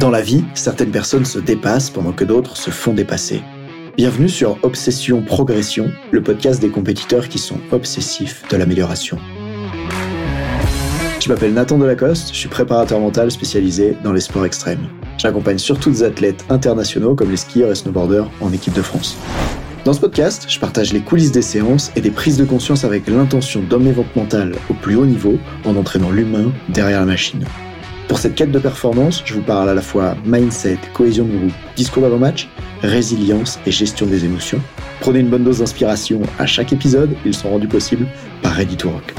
Dans la vie, certaines personnes se dépassent pendant que d'autres se font dépasser. Bienvenue sur Obsession Progression, le podcast des compétiteurs qui sont obsessifs de l'amélioration. Je m'appelle Nathan Delacoste, je suis préparateur mental spécialisé dans les sports extrêmes. J'accompagne surtout des athlètes internationaux comme les skieurs et snowboarders en équipe de France. Dans ce podcast, je partage les coulisses des séances et des prises de conscience avec l'intention d'emmener votre mental au plus haut niveau en entraînant l'humain derrière la machine. Pour cette quête de performance, je vous parle à la fois mindset, cohésion de groupe, discours d'avant-match, résilience et gestion des émotions. Prenez une bonne dose d'inspiration à chaque épisode, ils sont rendus possibles par Ready to Rock.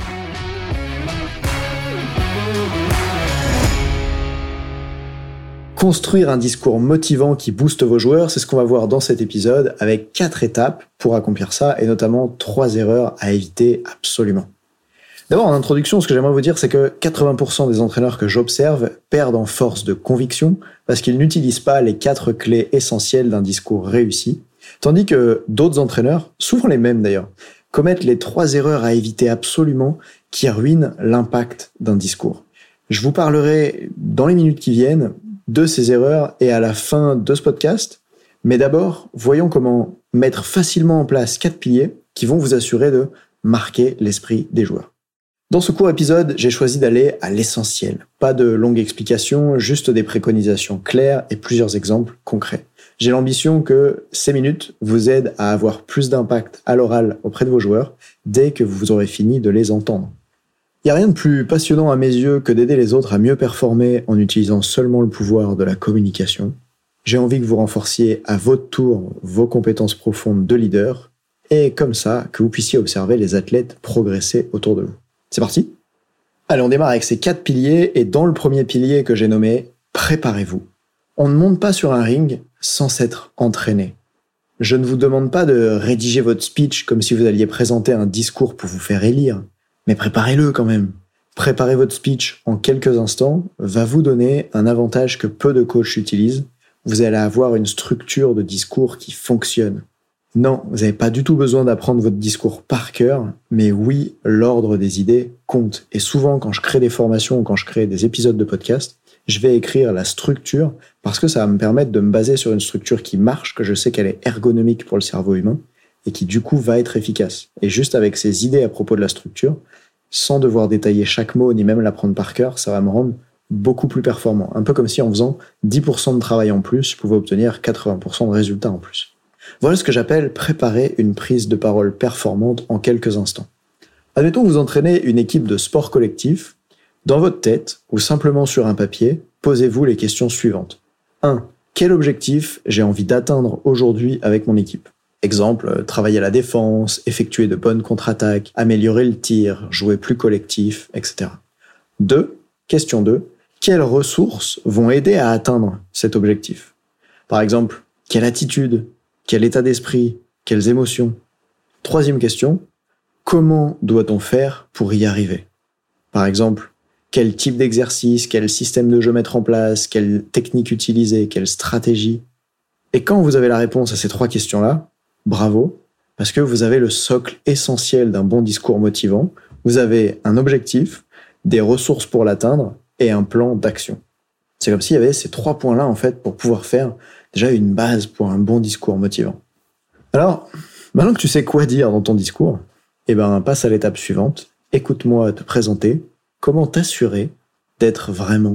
Construire un discours motivant qui booste vos joueurs, c'est ce qu'on va voir dans cet épisode avec 4 étapes pour accomplir ça et notamment 3 erreurs à éviter absolument. D'abord, en introduction, ce que j'aimerais vous dire, c'est que 80% des entraîneurs que j'observe perdent en force de conviction parce qu'ils n'utilisent pas les 4 clés essentielles d'un discours réussi, tandis que d'autres entraîneurs, souvent les mêmes d'ailleurs, commettent les 3 erreurs à éviter absolument qui ruinent l'impact d'un discours. Je vous parlerai dans les minutes qui viennent de ces erreurs et à la fin de ce podcast, mais d'abord, voyons comment mettre facilement en place 4 piliers qui vont vous assurer de marquer l'esprit des joueurs. Dans ce court épisode, j'ai choisi d'aller à l'essentiel. Pas de longues explications, juste des préconisations claires et plusieurs exemples concrets. J'ai l'ambition que ces minutes vous aident à avoir plus d'impact à l'oral auprès de vos joueurs dès que vous aurez fini de les entendre. Il n'y a rien de plus passionnant à mes yeux que d'aider les autres à mieux performer en utilisant seulement le pouvoir de la communication. J'ai envie que vous renforciez à votre tour vos compétences profondes de leader et comme ça que vous puissiez observer les athlètes progresser autour de vous. C'est parti ? Allez, on démarre avec ces 4 piliers et dans le premier pilier que j'ai nommé « Préparez-vous ». On ne monte pas sur un ring sans s'être entraîné. Je ne vous demande pas de rédiger votre speech comme si vous alliez présenter un discours pour vous faire élire, mais préparez-le quand même. Préparer votre speech en quelques instants va vous donner un avantage que peu de coachs utilisent. Vous allez avoir une structure de discours qui fonctionne. Non, vous n'avez pas du tout besoin d'apprendre votre discours par cœur, mais oui, l'ordre des idées compte. Et souvent, quand je crée des formations ou quand je crée des épisodes de podcast, je vais écrire la structure parce que ça va me permettre de me baser sur une structure qui marche, que je sais qu'elle est ergonomique pour le cerveau humain et qui du coup va être efficace. Et juste avec ces idées à propos de la structure, sans devoir détailler chaque mot ni même l'apprendre par cœur, ça va me rendre beaucoup plus performant. Un peu comme si en faisant 10% de travail en plus, je pouvais obtenir 80% de résultats en plus. Voilà ce que j'appelle préparer une prise de parole performante en quelques instants. Admettons que vous entraînez une équipe de sport collectif. Dans votre tête, ou simplement sur un papier, posez-vous les questions suivantes. 1. Quel objectif j'ai envie d'atteindre aujourd'hui avec mon équipe ? Exemple, travailler à la défense, effectuer de bonnes contre-attaques, améliorer le tir, jouer plus collectif, etc. 2. Question 2. Quelles ressources vont aider à atteindre cet objectif ? Par exemple, quelle attitude ? Quel état d'esprit ? Quelles émotions ? 3e question, comment doit-on faire pour y arriver ? Par exemple, quel type d'exercice, quel système de jeu mettre en place, quelle technique utiliser, quelle stratégie ? Et quand vous avez la réponse à ces 3 questions-là, bravo, parce que vous avez le socle essentiel d'un bon discours motivant, vous avez un objectif, des ressources pour l'atteindre et un plan d'action. C'est comme s'il y avait ces 3 points-là en fait pour pouvoir faire déjà une base pour un bon discours motivant. Alors, maintenant que tu sais quoi dire dans ton discours, passe à l'étape suivante. Écoute-moi te présenter comment t'assurer d'être vraiment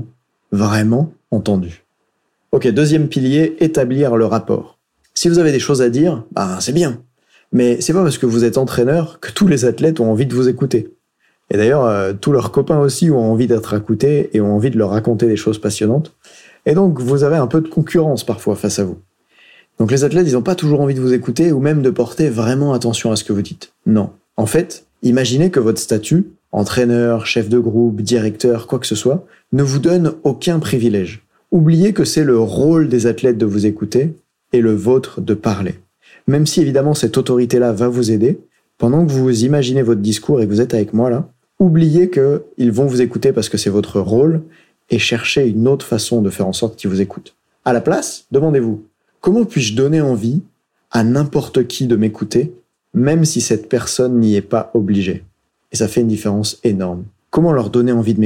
entendu. Ok, 2e pilier, établir le rapport. Si vous avez des choses à dire, c'est bien. Mais c'est pas parce que vous êtes entraîneur que tous les athlètes ont envie de vous écouter. Et d'ailleurs, tous leurs copains aussi ont envie d'être écoutés et ont envie de leur raconter des choses passionnantes. Et donc, vous avez un peu de concurrence parfois face à vous. Donc les athlètes, ils n'ont pas toujours envie de vous écouter ou même de porter vraiment attention à ce que vous dites. Non. En fait, imaginez que votre statut, entraîneur, chef de groupe, directeur, quoi que ce soit, ne vous donne aucun privilège. Oubliez que c'est le rôle des athlètes de vous écouter et le vôtre de parler. Même si évidemment cette autorité-là va vous aider, pendant que vous imaginez votre discours et que vous êtes avec moi là, oubliez qu'ils vont vous écouter parce que c'est votre rôle et cherchez une autre façon de faire en sorte qu'ils vous écoutent. À la place, demandez-vous, comment puis-je donner envie à n'importe qui de m'écouter, même si cette personne n'y est pas obligée ? Et ça fait une différence énorme. Comment leur donner envie de m'écouter ?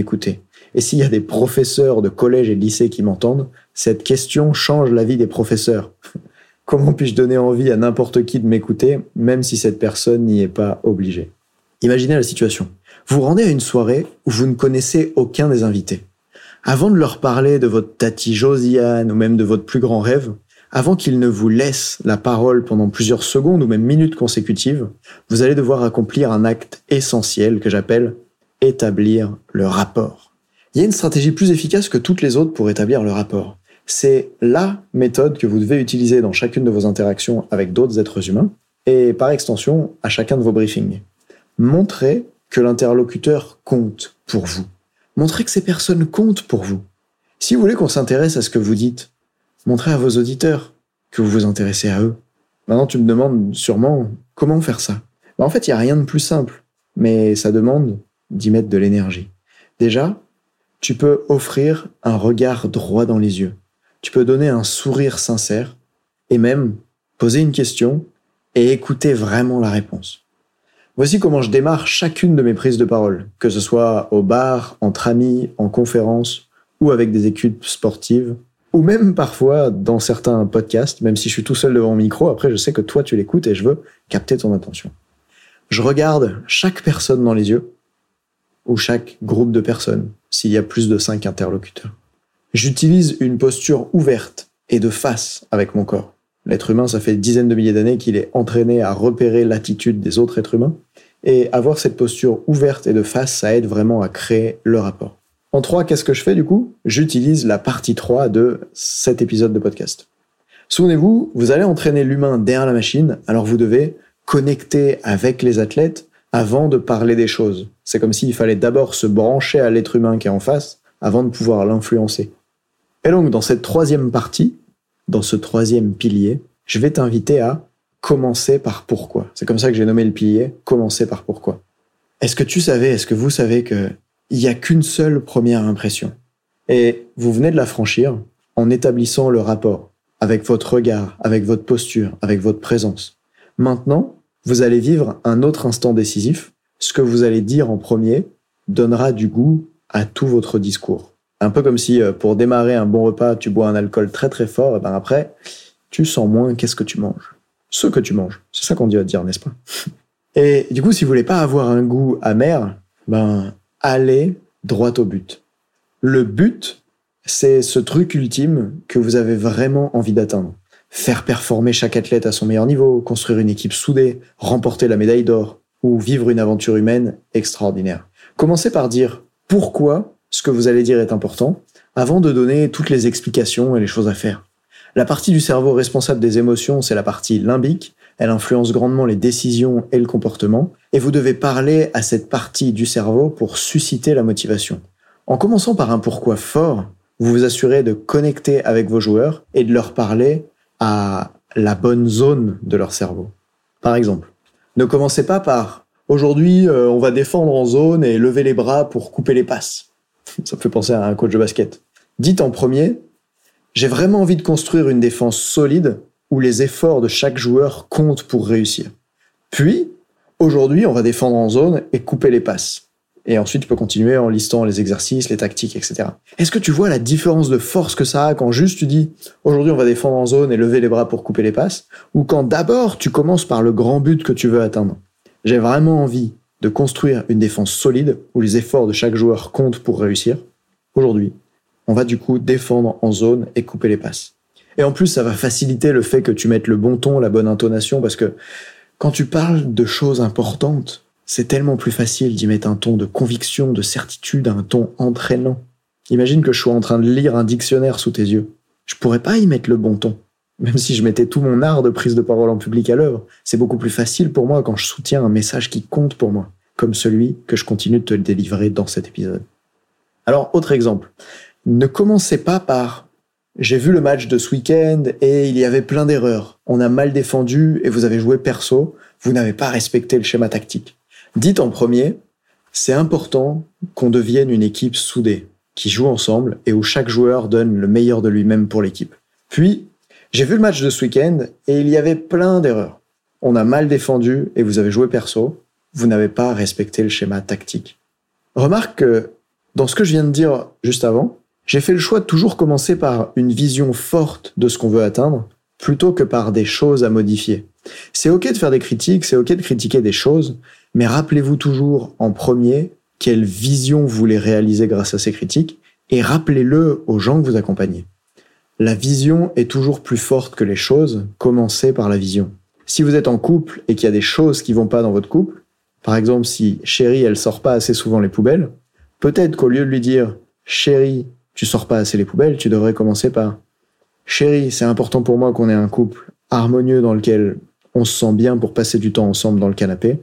Et s'il y a des professeurs de collège et de lycée qui m'entendent, cette question change la vie des professeurs. Comment puis-je donner envie à n'importe qui de m'écouter, même si cette personne n'y est pas obligée? Imaginez la situation. Vous vous rendez à une soirée où vous ne connaissez aucun des invités. Avant de leur parler de votre tati Josiane ou même de votre plus grand rêve, avant qu'ils ne vous laissent la parole pendant plusieurs secondes ou même minutes consécutives, vous allez devoir accomplir un acte essentiel que j'appelle établir le rapport. Il y a une stratégie plus efficace que toutes les autres pour établir le rapport. C'est la méthode que vous devez utiliser dans chacune de vos interactions avec d'autres êtres humains et par extension à chacun de vos briefings. Montrez que l'interlocuteur compte pour vous. Montrez que ces personnes comptent pour vous. Si vous voulez qu'on s'intéresse à ce que vous dites, montrez à vos auditeurs que vous vous intéressez à eux. Maintenant, tu me demandes sûrement comment faire ça. En fait, il n'y a rien de plus simple, mais ça demande d'y mettre de l'énergie. Déjà, tu peux offrir un regard droit dans les yeux. Tu peux donner un sourire sincère et même poser une question et écouter vraiment la réponse. Voici comment je démarre chacune de mes prises de parole, que ce soit au bar, entre amis, en conférence ou avec des équipes sportives, ou même parfois dans certains podcasts, même si je suis tout seul devant mon micro, après je sais que toi tu l'écoutes et je veux capter ton attention. Je regarde chaque personne dans les yeux, ou chaque groupe de personnes, s'il y a plus de 5 interlocuteurs. J'utilise une posture ouverte et de face avec mon corps. L'être humain, ça fait dizaines de milliers d'années qu'il est entraîné à repérer l'attitude des autres êtres humains, et avoir cette posture ouverte et de face, ça aide vraiment à créer le rapport. En 3, qu'est-ce que je fais du coup? J'utilise la partie 3 de cet épisode de podcast. Souvenez-vous, vous allez entraîner l'humain derrière la machine, alors vous devez connecter avec les athlètes avant de parler des choses. C'est comme s'il fallait d'abord se brancher à l'être humain qui est en face avant de pouvoir l'influencer. Et donc, dans cette 3e partie, dans ce 3e pilier, je vais t'inviter à commencer par pourquoi. C'est comme ça que j'ai nommé le pilier, commencer par pourquoi. Est-ce que vous savez qu'il n'y a qu'une seule première impression? Et vous venez de la franchir en établissant le rapport avec votre regard, avec votre posture, avec votre présence. Maintenant, vous allez vivre un autre instant décisif. Ce que vous allez dire en premier donnera du goût à tout votre discours. Un peu comme si, pour démarrer un bon repas, tu bois un alcool très très fort, et ben après, tu sens moins qu'est-ce que tu manges. Ce que tu manges. C'est ça qu'on dit à dire, n'est-ce pas? Et du coup, si vous voulez pas avoir un goût amer, allez droit au but. Le but, c'est ce truc ultime que vous avez vraiment envie d'atteindre. Faire performer chaque athlète à son meilleur niveau, construire une équipe soudée, remporter la médaille d'or, ou vivre une aventure humaine extraordinaire. Commencez par dire pourquoi ce que vous allez dire est important, avant de donner toutes les explications et les choses à faire. La partie du cerveau responsable des émotions, c'est la partie limbique. Elle influence grandement les décisions et le comportement. Et vous devez parler à cette partie du cerveau pour susciter la motivation. En commençant par un pourquoi fort, vous vous assurez de connecter avec vos joueurs et de leur parler à la bonne zone de leur cerveau. Par exemple, ne commencez pas par « Aujourd'hui, on va défendre en zone et lever les bras pour couper les passes ». Ça me fait penser à un coach de basket. Dites en premier « J'ai vraiment envie de construire une défense solide où les efforts de chaque joueur comptent pour réussir. Puis, aujourd'hui, on va défendre en zone et couper les passes. » Et ensuite, tu peux continuer en listant les exercices, les tactiques, etc. Est-ce que tu vois la différence de force que ça a quand juste tu dis « Aujourd'hui, on va défendre en zone et lever les bras pour couper les passes » ou quand d'abord, tu commences par le grand but que tu veux atteindre. J'ai vraiment envie de construire une défense solide où les efforts de chaque joueur comptent pour réussir. Aujourd'hui, on va du coup défendre en zone et couper les passes. Et en plus, ça va faciliter le fait que tu mettes le bon ton, la bonne intonation, parce que quand tu parles de choses importantes, c'est tellement plus facile d'y mettre un ton de conviction, de certitude, un ton entraînant. Imagine que je sois en train de lire un dictionnaire sous tes yeux. Je pourrais pas y mettre le bon ton. Même si je mettais tout mon art de prise de parole en public à l'œuvre, c'est beaucoup plus facile pour moi quand je soutiens un message qui compte pour moi, comme celui que je continue de te délivrer dans cet épisode. Alors, autre exemple. Ne commencez pas par « J'ai vu le match de ce week-end et il y avait plein d'erreurs. On a mal défendu et vous avez joué perso. Vous n'avez pas respecté le schéma tactique. » Dites en premier « C'est important qu'on devienne une équipe soudée, qui joue ensemble et où chaque joueur donne le meilleur de lui-même pour l'équipe. » Puis, j'ai vu le match de ce week-end et il y avait plein d'erreurs. On a mal défendu et vous avez joué perso. Vous n'avez pas respecté le schéma tactique. Remarque que dans ce que je viens de dire juste avant, j'ai fait le choix de toujours commencer par une vision forte de ce qu'on veut atteindre, plutôt que par des choses à modifier. C'est ok de faire des critiques, c'est ok de critiquer des choses, mais rappelez-vous toujours en premier quelle vision vous voulez réaliser grâce à ces critiques, et rappelez-le aux gens que vous accompagnez. La vision est toujours plus forte que les choses, commencez par la vision. Si vous êtes en couple et qu'il y a des choses qui vont pas dans votre couple, par exemple si chérie elle sort pas assez souvent les poubelles, peut-être qu'au lieu de lui dire « Chérie, tu sors pas assez les poubelles », tu devrais commencer par « Chérie, c'est important pour moi qu'on ait un couple harmonieux dans lequel on se sent bien pour passer du temps ensemble dans le canapé,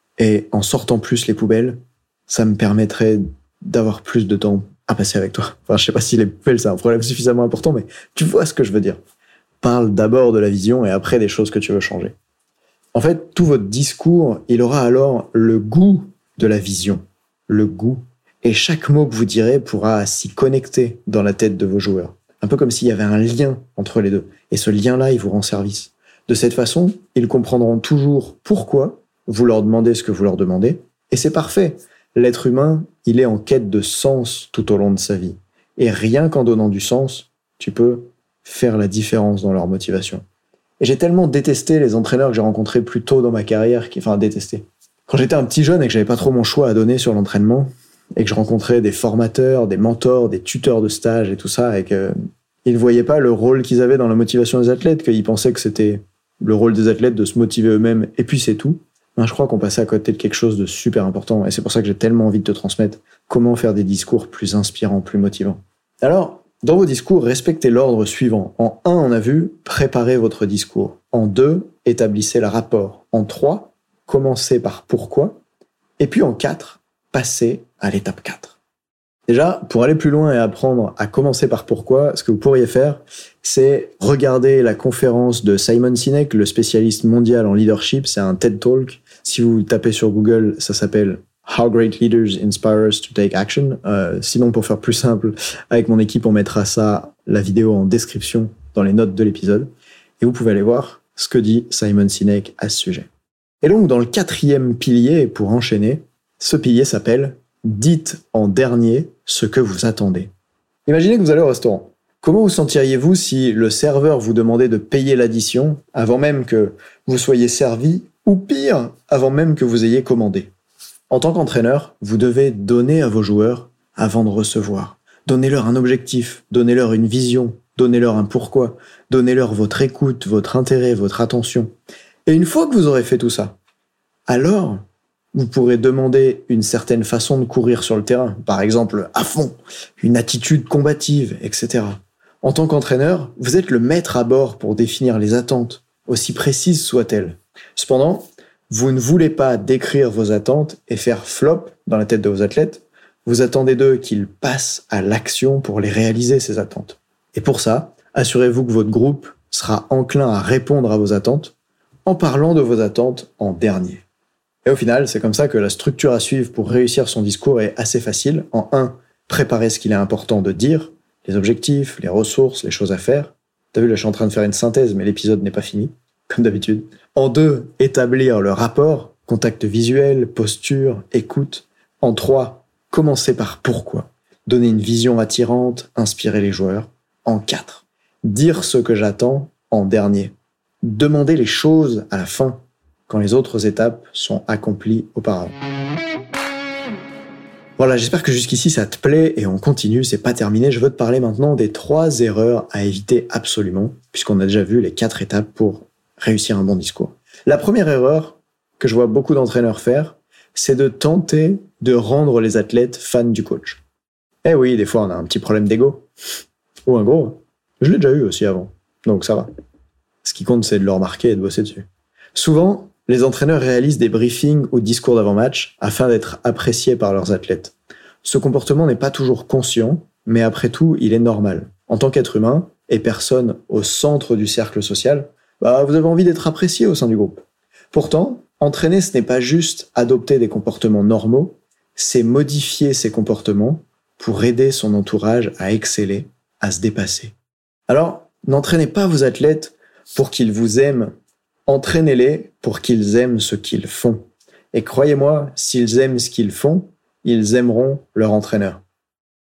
et en sortant plus les poubelles, ça me permettrait d'avoir plus de temps à passer avec toi. » Enfin, je sais pas si les poubelles c'est un problème suffisamment important, mais tu vois ce que je veux dire. Parle d'abord de la vision et après des choses que tu veux changer. En fait, tout votre discours, il aura alors le goût de la vision. Le goût. Et chaque mot que vous direz pourra s'y connecter dans la tête de vos joueurs. Un peu comme s'il y avait un lien entre les deux. Et ce lien-là, il vous rend service. De cette façon, ils comprendront toujours pourquoi vous leur demandez ce que vous leur demandez. Et c'est parfait. L'être humain, il est en quête de sens tout au long de sa vie. Et rien qu'en donnant du sens, tu peux faire la différence dans leur motivation. Et j'ai tellement détesté les entraîneurs que j'ai rencontrés plus tôt dans ma carrière, détesté. Quand j'étais un petit jeune et que j'avais pas trop mon choix à donner sur l'entraînement, et que je rencontrais des formateurs, des mentors, des tuteurs de stage et tout ça, et qu'ils ne voyaient pas le rôle qu'ils avaient dans la motivation des athlètes, qu'ils pensaient que c'était le rôle des athlètes de se motiver eux-mêmes, et puis c'est tout. Je crois qu'on passait à côté de quelque chose de super important, et c'est pour ça que j'ai tellement envie de te transmettre comment faire des discours plus inspirants, plus motivants. Alors, dans vos discours, respectez l'ordre suivant. En 1, on a vu, préparez votre discours. En 2, établissez le rapport. En 3, commencez par pourquoi. Et puis en 4, passez à l'étape 4. Déjà, pour aller plus loin et apprendre à commencer par pourquoi, ce que vous pourriez faire, c'est regarder la conférence de Simon Sinek, le spécialiste mondial en leadership. C'est un TED Talk. Si vous tapez sur Google, ça s'appelle How Great Leaders Inspire Us to Take Action. Sinon, pour faire plus simple, avec mon équipe, on mettra la vidéo en description dans les notes de l'épisode. Et vous pouvez aller voir ce que dit Simon Sinek à ce sujet. Et donc, dans le 4e pilier, pour enchaîner, ce pilier s'appelle « Dites en dernier ce que vous attendez ». Imaginez que vous allez au restaurant. Comment vous sentiriez-vous si le serveur vous demandait de payer l'addition avant même que vous soyez servi, ou pire, avant même que vous ayez commandé ? En tant qu'entraîneur, vous devez donner à vos joueurs avant de recevoir. Donnez-leur un objectif, donnez-leur une vision, donnez-leur un pourquoi, donnez-leur votre écoute, votre intérêt, votre attention. Et une fois que vous aurez fait tout ça, alors vous pourrez demander une certaine façon de courir sur le terrain, par exemple à fond, une attitude combative, etc. En tant qu'entraîneur, vous êtes le maître à bord pour définir les attentes, aussi précises soient-elles. Cependant, vous ne voulez pas décrire vos attentes et faire flop dans la tête de vos athlètes. Vous attendez d'eux qu'ils passent à l'action pour les réaliser, ces attentes. Et pour ça, assurez-vous que votre groupe sera enclin à répondre à vos attentes en parlant de vos attentes en dernier. Et au final, c'est comme ça que la structure à suivre pour réussir son discours est assez facile. En 1, préparer ce qu'il est important de dire, les objectifs, les ressources, les choses à faire. T'as vu, là, je suis en train de faire une synthèse, mais l'épisode n'est pas fini, comme d'habitude. En 2, établir le rapport, contact visuel, posture, écoute. En 3, commencer par pourquoi. Donner une vision attirante, inspirer les joueurs. En 4, dire ce que j'attends en dernier. Demander les choses à la fin, quand les autres étapes sont accomplies auparavant. Voilà, j'espère que jusqu'ici ça te plaît et on continue, c'est pas terminé. Je veux te parler maintenant des 3 erreurs à éviter absolument, puisqu'on a déjà vu les 4 étapes pour réussir un bon discours. La première erreur que je vois beaucoup d'entraîneurs faire, c'est de tenter de rendre les athlètes fans du coach. Eh oui, des fois on a un petit problème d'ego. Ou un gros. Je l'ai déjà eu aussi avant, donc ça va. Ce qui compte, c'est de le remarquer et de bosser dessus. Souvent, les entraîneurs réalisent des briefings ou discours d'avant-match afin d'être appréciés par leurs athlètes. Ce comportement n'est pas toujours conscient, mais après tout, il est normal. En tant qu'être humain et personne au centre du cercle social, vous avez envie d'être apprécié au sein du groupe. Pourtant, entraîner, ce n'est pas juste adopter des comportements normaux, c'est modifier ces comportements pour aider son entourage à exceller, à se dépasser. Alors, n'entraînez pas vos athlètes pour qu'ils vous aiment. Entraînez-les pour qu'ils aiment ce qu'ils font. Et croyez-moi, s'ils aiment ce qu'ils font, ils aimeront leur entraîneur.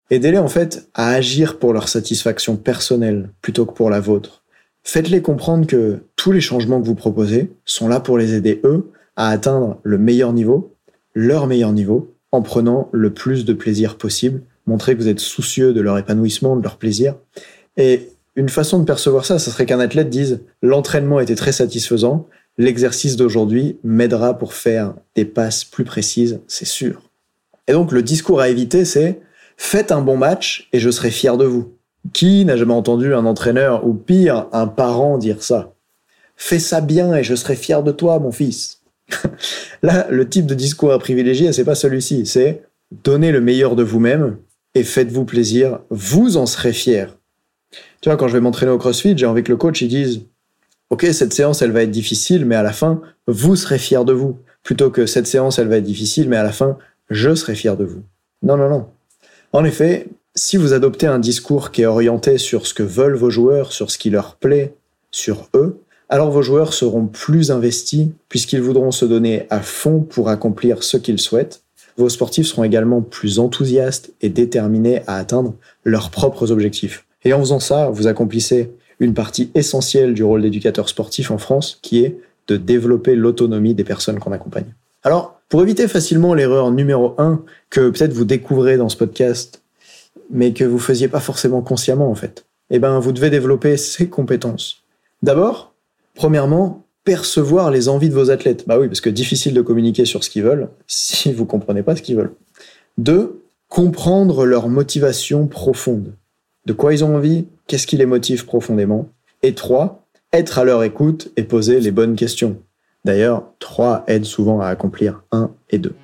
Aidez-les en fait à agir pour leur satisfaction personnelle plutôt que pour la vôtre. Faites-les comprendre que tous les changements que vous proposez sont là pour les aider eux à atteindre le meilleur niveau, leur meilleur niveau, en prenant le plus de plaisir possible. Montrez que vous êtes soucieux de leur épanouissement, de leur plaisir. Et une façon de percevoir ça serait qu'un athlète dise « L'entraînement était très satisfaisant, l'exercice d'aujourd'hui m'aidera pour faire des passes plus précises, c'est sûr. » Et donc le discours à éviter, c'est « Faites un bon match et je serai fier de vous. » Qui n'a jamais entendu un entraîneur ou pire, un parent dire ça ? « Fais ça bien et je serai fier de toi, mon fils. » Là, le type de discours à privilégier, c'est pas celui-ci, c'est « Donnez le meilleur de vous-même et faites-vous plaisir, vous en serez fier. » Tu vois, quand je vais m'entraîner au CrossFit, j'ai envie que le coach il dise « Ok, cette séance, elle va être difficile, mais à la fin, vous serez fier de vous. » Plutôt que « Cette séance, elle va être difficile, mais à la fin, je serai fier de vous. » Non, non, non. En effet, si vous adoptez un discours qui est orienté sur ce que veulent vos joueurs, sur ce qui leur plaît, sur eux, alors vos joueurs seront plus investis puisqu'ils voudront se donner à fond pour accomplir ce qu'ils souhaitent. Vos sportifs seront également plus enthousiastes et déterminés à atteindre leurs propres objectifs. Et en faisant ça, vous accomplissez une partie essentielle du rôle d'éducateur sportif en France, qui est de développer l'autonomie des personnes qu'on accompagne. Alors, pour éviter facilement l'erreur numéro 1 que peut-être vous découvrez dans ce podcast, mais que vous faisiez pas forcément consciemment en fait, vous devez développer ces compétences. D'abord, premièrement, percevoir les envies de vos athlètes. Bah oui, parce que difficile de communiquer sur ce qu'ils veulent si vous comprenez pas ce qu'ils veulent. 2, comprendre leur motivation profonde. De quoi ils ont envie, qu'est-ce qui les motive profondément. Et 3, être à leur écoute et poser les bonnes questions. D'ailleurs, 3 aide souvent à accomplir 1 et 2.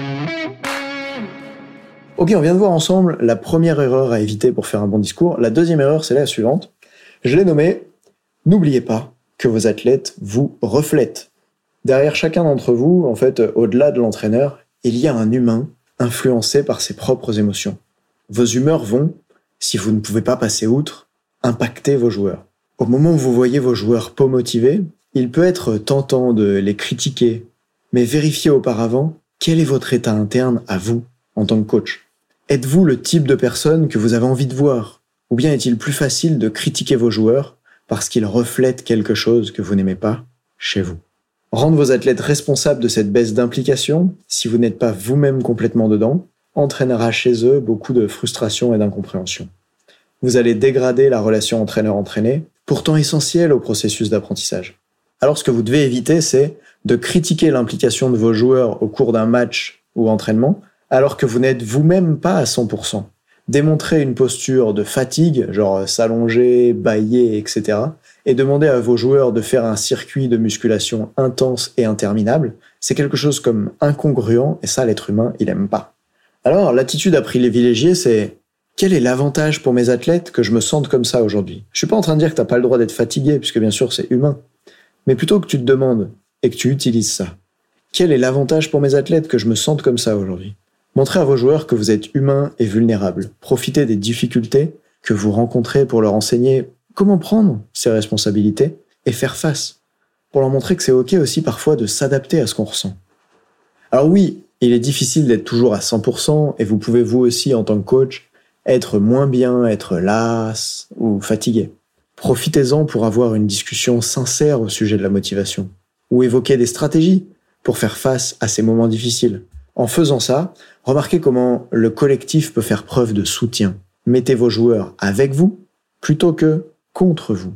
Ok, on vient de voir ensemble la première erreur à éviter pour faire un bon discours. La deuxième erreur, c'est la suivante. Je l'ai nommée « N'oubliez pas que vos athlètes vous reflètent ». Derrière chacun d'entre vous, en fait, au-delà de l'entraîneur, il y a un humain influencé par ses propres émotions. Vos humeurs vont, si vous ne pouvez pas passer outre, impacter vos joueurs. Au moment où vous voyez vos joueurs peu motivés, il peut être tentant de les critiquer, mais vérifiez auparavant quel est votre état interne à vous, en tant que coach. Êtes-vous le type de personne que vous avez envie de voir ? Ou bien est-il plus facile de critiquer vos joueurs parce qu'ils reflètent quelque chose que vous n'aimez pas chez vous ? Rendre vos athlètes responsables de cette baisse d'implication, si vous n'êtes pas vous-même complètement dedans, entraînera chez eux beaucoup de frustration et d'incompréhension. Vous allez dégrader la relation entraîneur-entraîné, pourtant essentielle au processus d'apprentissage. Alors ce que vous devez éviter, c'est de critiquer l'implication de vos joueurs au cours d'un match ou entraînement, alors que vous n'êtes vous-même pas à 100%. Démontrez une posture de fatigue, genre s'allonger, bâiller, etc., et demander à vos joueurs de faire un circuit de musculation intense et interminable, c'est quelque chose comme incongruent, et ça, l'être humain, il aime pas. Alors, l'attitude à privilégier, c'est « Quel est l'avantage pour mes athlètes que je me sente comme ça aujourd'hui ?» Je suis pas en train de dire que t'as pas le droit d'être fatigué, puisque bien sûr, c'est humain. Mais plutôt que tu te demandes et que tu utilises ça. Quel est l'avantage pour mes athlètes que je me sente comme ça aujourd'hui ? Montrez à vos joueurs que vous êtes humain et vulnérable. Profitez des difficultés que vous rencontrez pour leur enseigner comment prendre ces responsabilités et faire face. Pour leur montrer que c'est ok aussi parfois de s'adapter à ce qu'on ressent. Alors oui, il est difficile d'être toujours à 100% et vous pouvez vous aussi en tant que coach être moins bien, être las ou fatigué. Profitez-en pour avoir une discussion sincère au sujet de la motivation ou évoquer des stratégies pour faire face à ces moments difficiles. En faisant ça, remarquez comment le collectif peut faire preuve de soutien. Mettez vos joueurs avec vous plutôt que contre vous.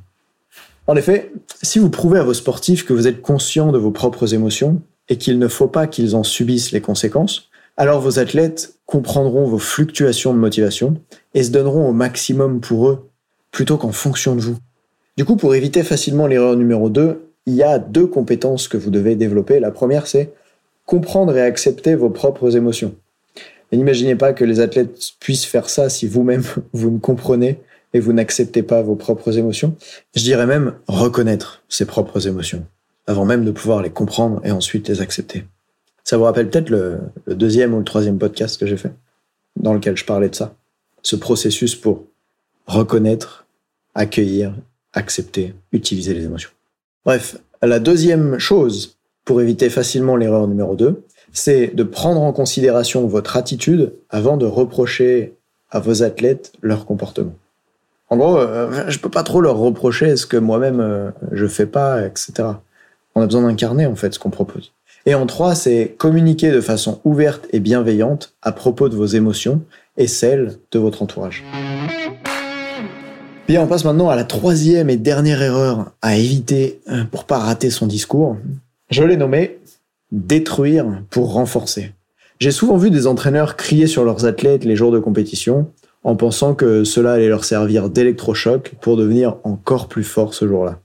En effet, si vous prouvez à vos sportifs que vous êtes conscient de vos propres émotions et qu'il ne faut pas qu'ils en subissent les conséquences, alors vos athlètes comprendront vos fluctuations de motivation et se donneront au maximum pour eux, plutôt qu'en fonction de vous. Du coup, pour éviter facilement l'erreur numéro 2, il y a 2 compétences que vous devez développer. La première, c'est comprendre et accepter vos propres émotions. Et n'imaginez pas que les athlètes puissent faire ça si vous-même, vous ne comprenez et vous n'acceptez pas vos propres émotions. Je dirais même reconnaître ses propres émotions, avant même de pouvoir les comprendre et ensuite les accepter. Ça vous rappelle peut-être le 2e ou le 3e podcast que j'ai fait, dans lequel je parlais de ça. Ce processus pour reconnaître, accueillir, accepter, utiliser les émotions. Bref, la deuxième chose pour éviter facilement l'erreur numéro 2, c'est de prendre en considération votre attitude avant de reprocher à vos athlètes leur comportement. En gros, je peux pas trop leur reprocher ce que moi-même je fais pas, etc. On a besoin d'incarner en fait ce qu'on propose. Et en 3, c'est communiquer de façon ouverte et bienveillante à propos de vos émotions et celles de votre entourage. Bien, on passe maintenant à la 3e et dernière erreur à éviter pour pas rater son discours. Je l'ai nommé « détruire pour renforcer ». J'ai souvent vu des entraîneurs crier sur leurs athlètes les jours de compétition en pensant que cela allait leur servir d'électrochoc pour devenir encore plus forts ce jour-là.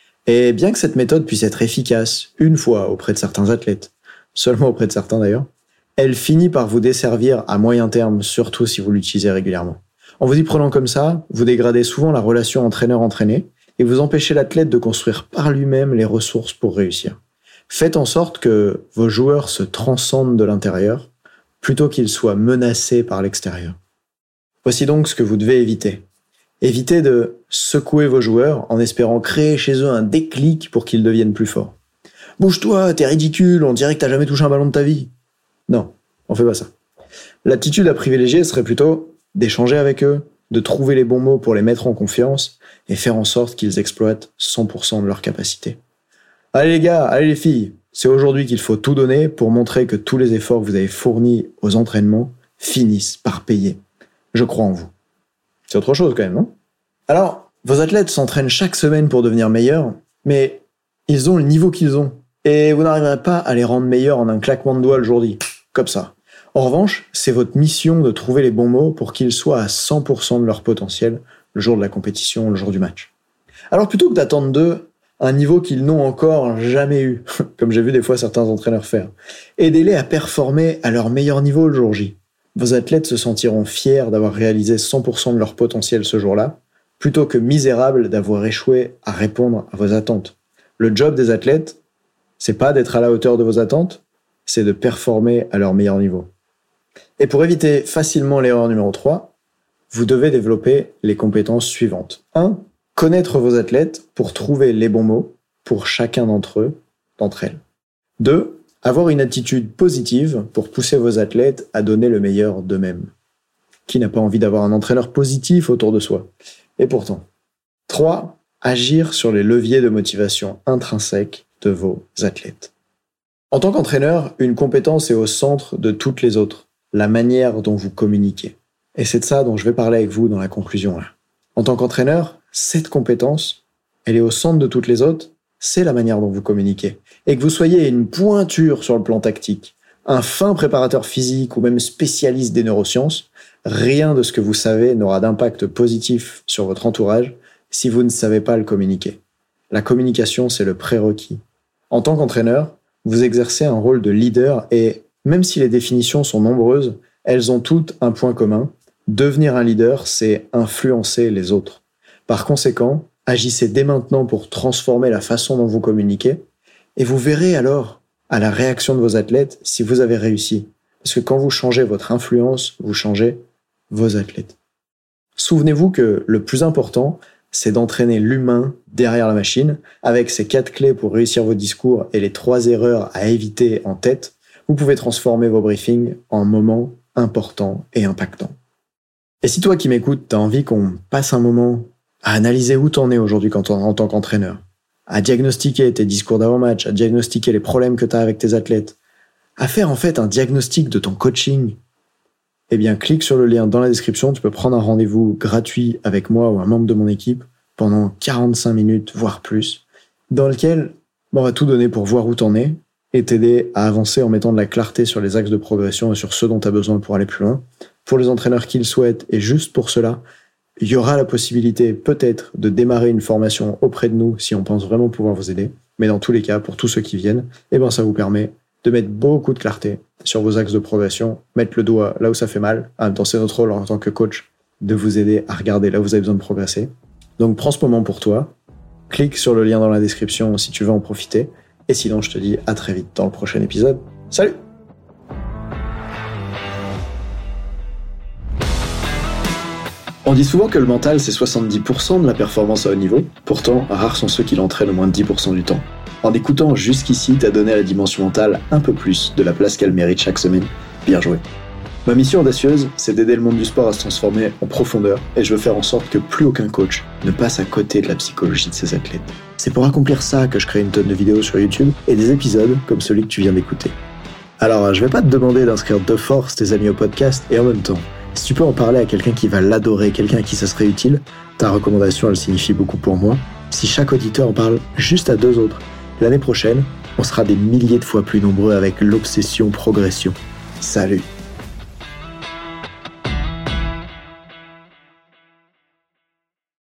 Et bien que cette méthode puisse être efficace une fois auprès de certains athlètes, seulement auprès de certains d'ailleurs, elle finit par vous desservir à moyen terme, surtout si vous l'utilisez régulièrement. En vous y prenant comme ça, vous dégradez souvent la relation entraîneur-entraîné et vous empêchez l'athlète de construire par lui-même les ressources pour réussir. Faites en sorte que vos joueurs se transcendent de l'intérieur plutôt qu'ils soient menacés par l'extérieur. Voici donc ce que vous devez éviter. Évitez de secouer vos joueurs en espérant créer chez eux un déclic pour qu'ils deviennent plus forts. « Bouge-toi, t'es ridicule, on dirait que t'as jamais touché un ballon de ta vie. » Non, on fait pas ça. L'attitude à privilégier serait plutôt d'échanger avec eux, de trouver les bons mots pour les mettre en confiance et faire en sorte qu'ils exploitent 100% de leurs capacités. Allez les gars, allez les filles, c'est aujourd'hui qu'il faut tout donner pour montrer que tous les efforts que vous avez fournis aux entraînements finissent par payer. Je crois en vous. C'est autre chose quand même, non ? Alors, vos athlètes s'entraînent chaque semaine pour devenir meilleurs, mais ils ont le niveau qu'ils ont. Et vous n'arriverez pas à les rendre meilleurs en un claquement de doigts le jour J, comme ça. En revanche, c'est votre mission de trouver les bons mots pour qu'ils soient à 100% de leur potentiel le jour de la compétition, le jour du match. Alors plutôt que d'attendre d'eux un niveau qu'ils n'ont encore jamais eu, comme j'ai vu des fois certains entraîneurs faire, aidez-les à performer à leur meilleur niveau le jour J. Vos athlètes se sentiront fiers d'avoir réalisé 100% de leur potentiel ce jour-là, plutôt que misérables d'avoir échoué à répondre à vos attentes. Le job des athlètes, c'est pas d'être à la hauteur de vos attentes, c'est de performer à leur meilleur niveau. Et pour éviter facilement l'erreur numéro 3, vous devez développer les compétences suivantes. 1. Connaître vos athlètes pour trouver les bons mots pour chacun d'entre eux, d'entre elles. 2. Avoir une attitude positive pour pousser vos athlètes à donner le meilleur d'eux-mêmes. Qui n'a pas envie d'avoir un entraîneur positif autour de soi ? Et pourtant. 3. Agir sur les leviers de motivation intrinsèques de vos athlètes. En tant qu'entraîneur, une compétence est au centre de toutes les autres, la manière dont vous communiquez. Et c'est de ça dont je vais parler avec vous dans la conclusion là. En tant qu'entraîneur, cette compétence, elle est au centre de toutes les autres, c'est la manière dont vous communiquez. Et que vous soyez une pointure sur le plan tactique, un fin préparateur physique ou même spécialiste des neurosciences, rien de ce que vous savez n'aura d'impact positif sur votre entourage si vous ne savez pas le communiquer. La communication, c'est le prérequis. En tant qu'entraîneur, vous exercez un rôle de leader et même si les définitions sont nombreuses, elles ont toutes un point commun. Devenir un leader, c'est influencer les autres. Par conséquent, agissez dès maintenant pour transformer la façon dont vous communiquez et vous verrez alors à la réaction de vos athlètes si vous avez réussi. Parce que quand vous changez votre influence, vous changez vos athlètes. Souvenez-vous que le plus important, c'est d'entraîner l'humain derrière la machine. Avec ces 4 clés pour réussir vos discours et les 3 erreurs à éviter en tête, vous pouvez transformer vos briefings en moments importants et impactants. Et si toi qui m'écoutes, t'as envie qu'on passe un moment à analyser où t'en es aujourd'hui en tant qu'entraîneur, à diagnostiquer tes discours d'avant-match, à diagnostiquer les problèmes que t'as avec tes athlètes, à faire en fait un diagnostic de ton coaching, eh bien clique sur le lien dans la description, tu peux prendre un rendez-vous gratuit avec moi ou un membre de mon équipe pendant 45 minutes, voire plus, dans lequel on va tout donner pour voir où t'en es et t'aider à avancer en mettant de la clarté sur les axes de progression et sur ce dont tu as besoin pour aller plus loin. Pour les entraîneurs qui le souhaitent, et juste pour cela, il y aura la possibilité peut-être de démarrer une formation auprès de nous si on pense vraiment pouvoir vous aider. Mais dans tous les cas, pour tous ceux qui viennent, ça vous permet de mettre beaucoup de clarté sur vos axes de progression, mettre le doigt là où ça fait mal. En même temps, c'est notre rôle en tant que coach de vous aider à regarder là où vous avez besoin de progresser. Donc prends ce moment pour toi, clique sur le lien dans la description si tu veux en profiter. Et sinon, je te dis à très vite dans le prochain épisode. Salut! On dit souvent que le mental, c'est 70% de la performance à haut niveau. Pourtant, rares sont ceux qui l'entraînent au moins de 10% du temps. En écoutant jusqu'ici, t'as donné à la dimension mentale un peu plus de la place qu'elle mérite chaque semaine. Bien joué. Ma mission audacieuse, c'est d'aider le monde du sport à se transformer en profondeur et je veux faire en sorte que plus aucun coach ne passe à côté de la psychologie de ses athlètes. C'est pour accomplir ça que je crée une tonne de vidéos sur YouTube et des épisodes comme celui que tu viens d'écouter. Alors, je vais pas te demander d'inscrire de force tes amis au podcast et en même temps, si tu peux en parler à quelqu'un qui va l'adorer, quelqu'un à qui ça serait utile, ta recommandation, elle signifie beaucoup pour moi. Si chaque auditeur en parle juste à 2 autres, l'année prochaine, on sera des milliers de fois plus nombreux avec l'obsession progression. Salut!